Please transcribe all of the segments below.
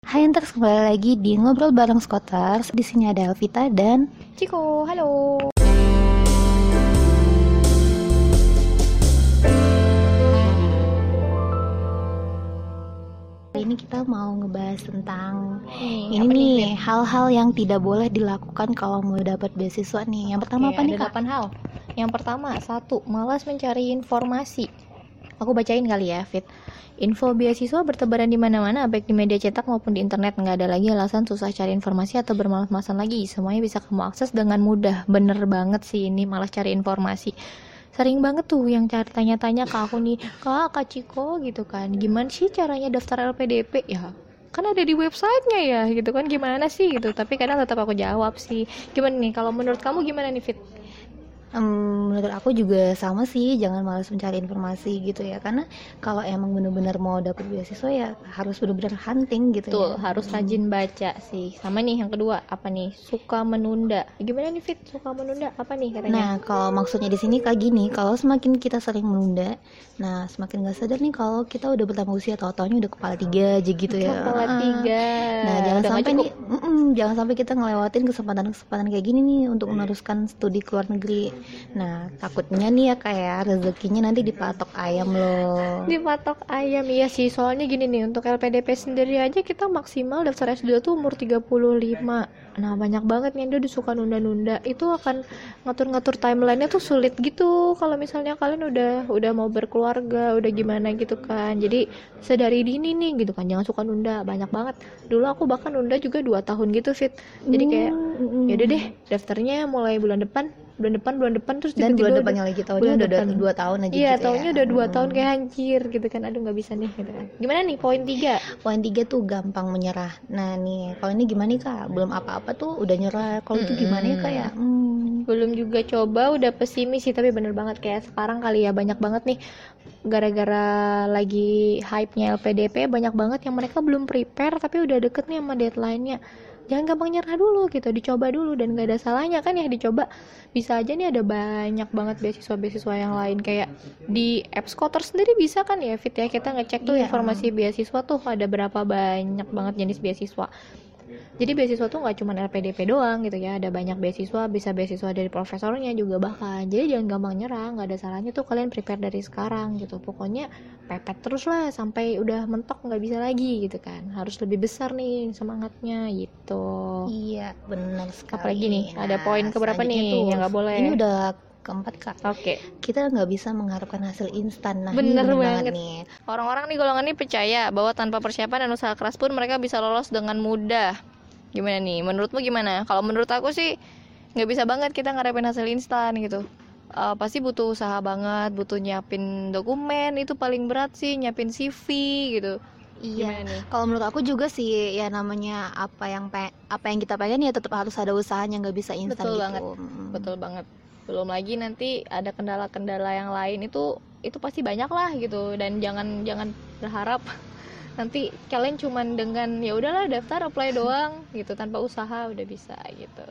Hai Enters, kembali lagi di Ngobrol Bareng Skoters. Di sini ada Elvita dan Ciko, halo. hari ini kita mau ngebahas tentang ini apa nih, Fit? hal-hal yang tidak boleh dilakukan kalau mau dapat beasiswa nih. Yang pertama Oke, apa nih ada Kak? 8 hal. Yang pertama, 1. Malas mencari informasi. Aku bacain kali ya, Fit. Info beasiswa bertebaran di mana-mana, baik di media cetak maupun di internet. Nggak ada lagi alasan susah cari informasi atau bermalas-malasan lagi. Semuanya bisa kamu akses dengan mudah. Bener banget sih ini, malas cari informasi. Sering banget tuh yang tanya-tanya ke aku nih, Kak Ciko gitu kan, gimana sih caranya daftar LPDP? Ya, kan ada di websitenya ya gitu kan, gimana sih gitu. Tapi kadang tetap aku jawab sih. Gimana nih, kalau menurut kamu gimana nih, Fit? Menurut aku juga sama sih, jangan malas mencari informasi gitu ya. Karena kalau emang bener-bener mau dapet beasiswa ya harus bener-bener hunting gitu Tuh, ya. harus rajin baca sih. Sama nih yang kedua, apa nih? Suka menunda. Gimana nih, Fit? Suka menunda apa nih katanya? Nah, kalau maksudnya di sini kayak gini, kalau semakin kita sering menunda, nah semakin nggak sadar nih kalau kita udah bertambah usia, tau-taunya udah kepala 3 aja gitu ya. Kepala 3. Nah, jangan Udah nggak sampai cukup. nih, jangan sampai kita ngelewatin kesempatan-kesempatan kayak gini nih untuk meneruskan studi ke luar negeri. Nah, takutnya nih ya kayak rezekinya nanti dipatok ayam loh. Dipatok ayam, iya sih. Soalnya gini nih, untuk LPDP sendiri aja kita maksimal daftar S2 tuh umur 35. Nah, banyak banget nih dia suka nunda-nunda. Itu akan ngatur-ngatur timeline-nya tuh sulit gitu. Kalau misalnya kalian udah mau berkeluarga, udah gimana gitu kan. Jadi, sedari dini nih gitu kan. Jangan suka nunda, banyak banget. Dulu aku bahkan nunda juga 2 tahun gitu, Fit. Jadi kayak ya udah deh, daftarnya mulai bulan depan terus Dan tiba-tiba bulan udah depannya lagi tahunnya bulan udah depan. 2 tahun aja Iya, gitu taunya ya. udah 2 tahun kayak anjir gitu kan. Aduh, nggak bisa nih gitu kan. Gimana nih poin 3? Poin 3 tuh gampang menyerah. Nah nih, kalau ini gimana nih Kak? Belum apa-apa tuh udah nyerah. Kalau itu gimana ya Kak ya? Belum juga coba udah pesimis sih, tapi bener banget kayak sekarang kali ya, banyak banget nih gara-gara lagi hype-nya LPDP, banyak banget yang mereka belum prepare tapi udah deket nih sama deadline-nya. Jangan gampang nyerah dulu gitu, dicoba dulu, dan gak ada salahnya kan ya dicoba. Bisa aja nih ada banyak banget beasiswa-beasiswa yang lain, kayak di Apps Kotor sendiri bisa kan ya, Fit ya, kita ngecek tuh Iya. informasi beasiswa tuh ada berapa banyak banget jenis beasiswa. Jadi beasiswa tuh nggak cuma LPDP doang gitu ya, ada banyak beasiswa, bisa beasiswa dari profesornya juga bahkan. Jadi jangan gampang nyerah, nggak ada salahnya tuh kalian prepare dari sekarang gitu. Pokoknya pepet terus lah sampai udah mentok nggak bisa lagi gitu kan. Harus lebih besar nih semangatnya gitu. Iya, benar sekali. Apalagi nih, ada poin keberapa selanjutnya nih tuh, yang nggak boleh? Ini udah keempat Kak. Oke. Kita nggak bisa mengharapkan hasil instan. Nah, Bener ini bener banget. nih. Orang-orang nih golongan ini percaya bahwa tanpa persiapan dan usaha keras pun mereka bisa lolos dengan mudah. Gimana nih? Menurutmu gimana? Kalau menurut aku sih nggak bisa banget kita ngarepin hasil instan gitu. Pasti butuh usaha banget, butuh nyiapin dokumen, itu paling berat sih, nyiapin CV gitu. Iya, Gimana nih? kalau menurut aku juga sih ya namanya apa yang kita pengen ya tetap harus ada usahanya, nggak bisa instan Betul gitu. banget. Betul banget. Belum lagi nanti ada kendala-kendala yang lain, itu pasti banyak lah gitu, dan jangan berharap nanti kalian cuman dengan ya udahlah daftar apply doang gitu tanpa usaha udah bisa gitu.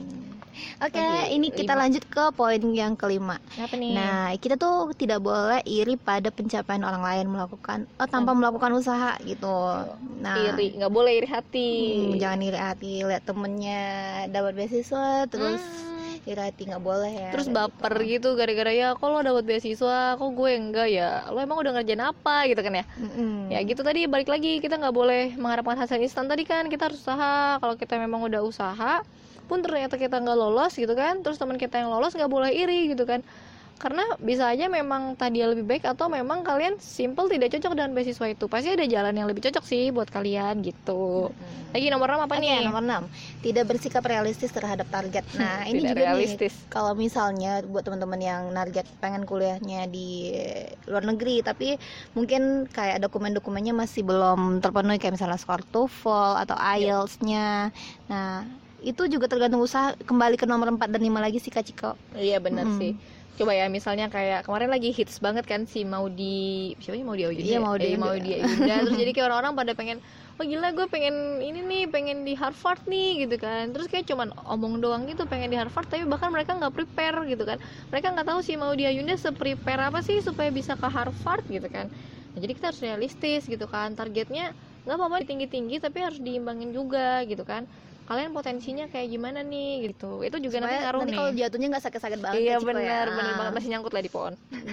Oke, Lagi ini kita 5. lanjut ke poin yang kelima. Apa nih? Nah, kita tuh tidak boleh iri pada pencapaian orang lain tanpa melakukan usaha gitu. Nah, Iri, nggak boleh iri hati. jangan iri hati lihat temennya dapat beasiswa terus iri hati, nggak boleh ya. Terus kayak baper gitu. gitu gara-gara ya kok lo dapet beasiswa, kok gue enggak ya, lo emang udah ngerjain apa gitu kan ya. Ya gitu, tadi balik lagi, kita nggak boleh mengharapkan hasil instan tadi kan, kita harus usaha. Kalau kita memang udah usaha pun ternyata kita nggak lolos gitu kan, terus teman kita yang lolos, nggak boleh iri gitu kan, karena bisa aja memang tadi lebih baik, atau memang kalian simple tidak cocok dengan beasiswa itu. Pasti ada jalan yang lebih cocok sih buat kalian gitu. Lagi nomor 6 apa Oke, nih? nomor 6. Tidak bersikap realistis terhadap target. Nah, ini Tidak juga realistis. nih, kalau misalnya buat teman-teman yang target pengen kuliahnya di luar negeri, tapi mungkin kayak dokumen-dokumennya masih belum terpenuhi, kayak misalnya skor TOEFL atau IELTS-nya. Nah, itu juga tergantung usaha. Kembali ke nomor 4 dan 5 lagi sih Kak Ciko. Iya benar sih. Coba ya misalnya kayak kemarin lagi hits banget kan si Maudi, siapa sih Maudi Ayunda? Iya, Maudi Ayunda. Terus jadi kayak orang-orang pada pengen, oh gila gue pengen ini nih, pengen di Harvard nih gitu kan. Terus kayak cuman omong doang gitu pengen di Harvard, tapi bahkan mereka nggak prepare gitu kan. Mereka nggak tahu si Maudi Ayunda se-prepare apa sih supaya bisa ke Harvard gitu kan. Nah, jadi kita harus realistis gitu kan, targetnya nggak apa-apa tinggi-tinggi tapi harus diimbangin juga gitu kan. Kalian potensinya kayak gimana nih gitu. Itu juga nanti Supaya ngaruh nanti nih. kalau jatuhnya nggak sakit-sakit banget Iya Kak Ciko ya. benar banget, masih nyangkut lah di pohon.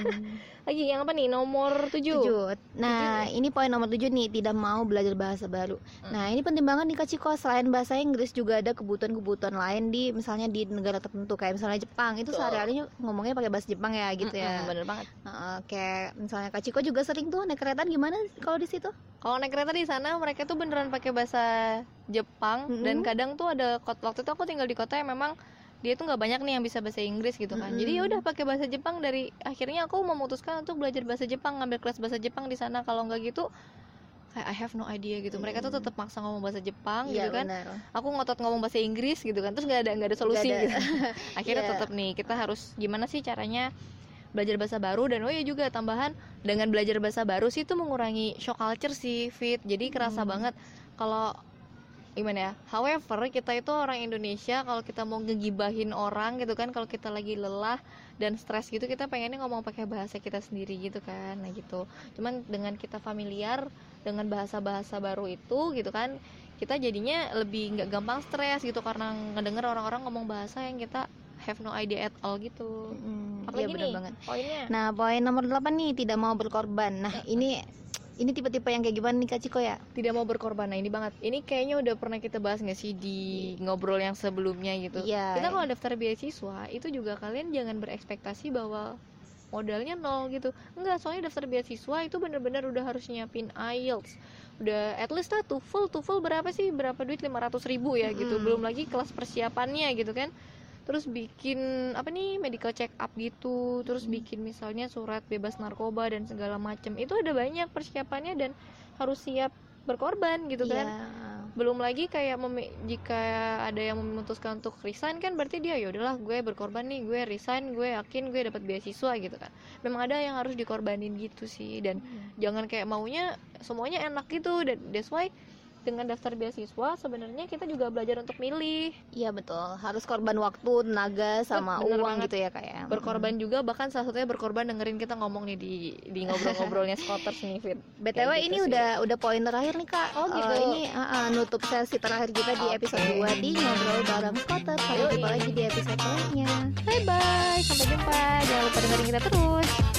Lagi yang apa nih, nomor 7? 7. Nah, ini poin nomor 7 nih, tidak mau belajar bahasa baru. Nah, ini penting banget nih Kak Ciko. Selain bahasa Inggris juga ada kebutuhan-kebutuhan lain di misalnya di negara tertentu kayak misalnya Jepang. Itu sehari-harinya ngomongnya pakai bahasa Jepang ya gitu ya. Bener banget. Kayak misalnya Kak Ciko juga sering tuh naik kereta, gimana kalau di situ? Kalau naik kereta di sana mereka tuh beneran pakai bahasa Jepang. Dan kadang tuh ada waktu itu aku tinggal di kota yang memang dia tuh nggak banyak nih yang bisa bahasa Inggris gitu kan. Jadi ya udah pakai bahasa Jepang. Dari akhirnya aku memutuskan untuk belajar bahasa Jepang, ngambil kelas bahasa Jepang di sana. Kalau nggak gitu kayak I have no idea gitu. Mereka tuh tetap maksa ngomong bahasa Jepang gitu kan. Benar. Aku ngotot ngomong bahasa Inggris gitu kan. Terus nggak ada solusi gitu. Akhirnya tetap nih kita harus gimana sih caranya belajar bahasa baru. Dan oh ya juga tambahan, dengan belajar bahasa baru sih itu mengurangi shock culture sih, Fit. Jadi kerasa banget kalau gimana ya, however kita itu orang Indonesia, kalau kita mau ngegibahin orang gitu kan, kalau kita lagi lelah dan stres gitu, kita pengennya ngomong pakai bahasa kita sendiri gitu kan. Nah gitu, cuman dengan kita familiar dengan bahasa-bahasa baru itu gitu kan, kita jadinya lebih nggak gampang stres gitu, karena ngedenger orang-orang ngomong bahasa yang kita have no idea at all gitu. Apalagi bener nih banget. poinnya? Nah, poin nomor 8 nih, tidak mau berkorban. Nah, ini tipe-tipe yang kayak gimana nih Kak Ciko ya? Tidak mau berkorban. Nah ini banget, ini kayaknya udah pernah kita bahas nggak sih di ngobrol yang sebelumnya gitu. Iya. Kita kalau daftar beasiswa itu juga kalian jangan berekspektasi bahwa modalnya nol gitu. Enggak, soalnya daftar beasiswa itu benar-benar udah harus nyiapin IELTS, udah at least lah TOEFL berapa sih, berapa duit, 500.000 ya gitu. Belum lagi kelas persiapannya gitu kan. Terus bikin apa nih, medical check up gitu, terus bikin misalnya surat bebas narkoba dan segala macem. Itu ada banyak persiapannya dan harus siap berkorban gitu kan. Belum lagi kayak jika ada yang memutuskan untuk resign kan, berarti dia ya udahlah gue berkorban nih, gue resign, gue yakin gue dapat beasiswa gitu kan. Memang ada yang harus dikorbanin gitu sih. Dan jangan kayak maunya semuanya enak gitu. Dan that's why dengan daftar beasiswa sebenarnya kita juga belajar untuk milih. Iya betul, harus korban waktu, tenaga, sama Bener uang banget. gitu ya kayak. Berkorban juga, bahkan salah satunya berkorban dengerin kita ngomong nih di ngobrol-ngobrolnya Scotters nih, Fit. BTW Kayak ini gitu sih. udah poin terakhir nih Kak. Oh, gitu. Ini nutup sesi terakhir kita di episode 2 di ngobrol bareng Scooter. Sampai jumpa lagi di episode lainnya. Bye bye, sampai jumpa. Jangan lupa dengerin kita terus.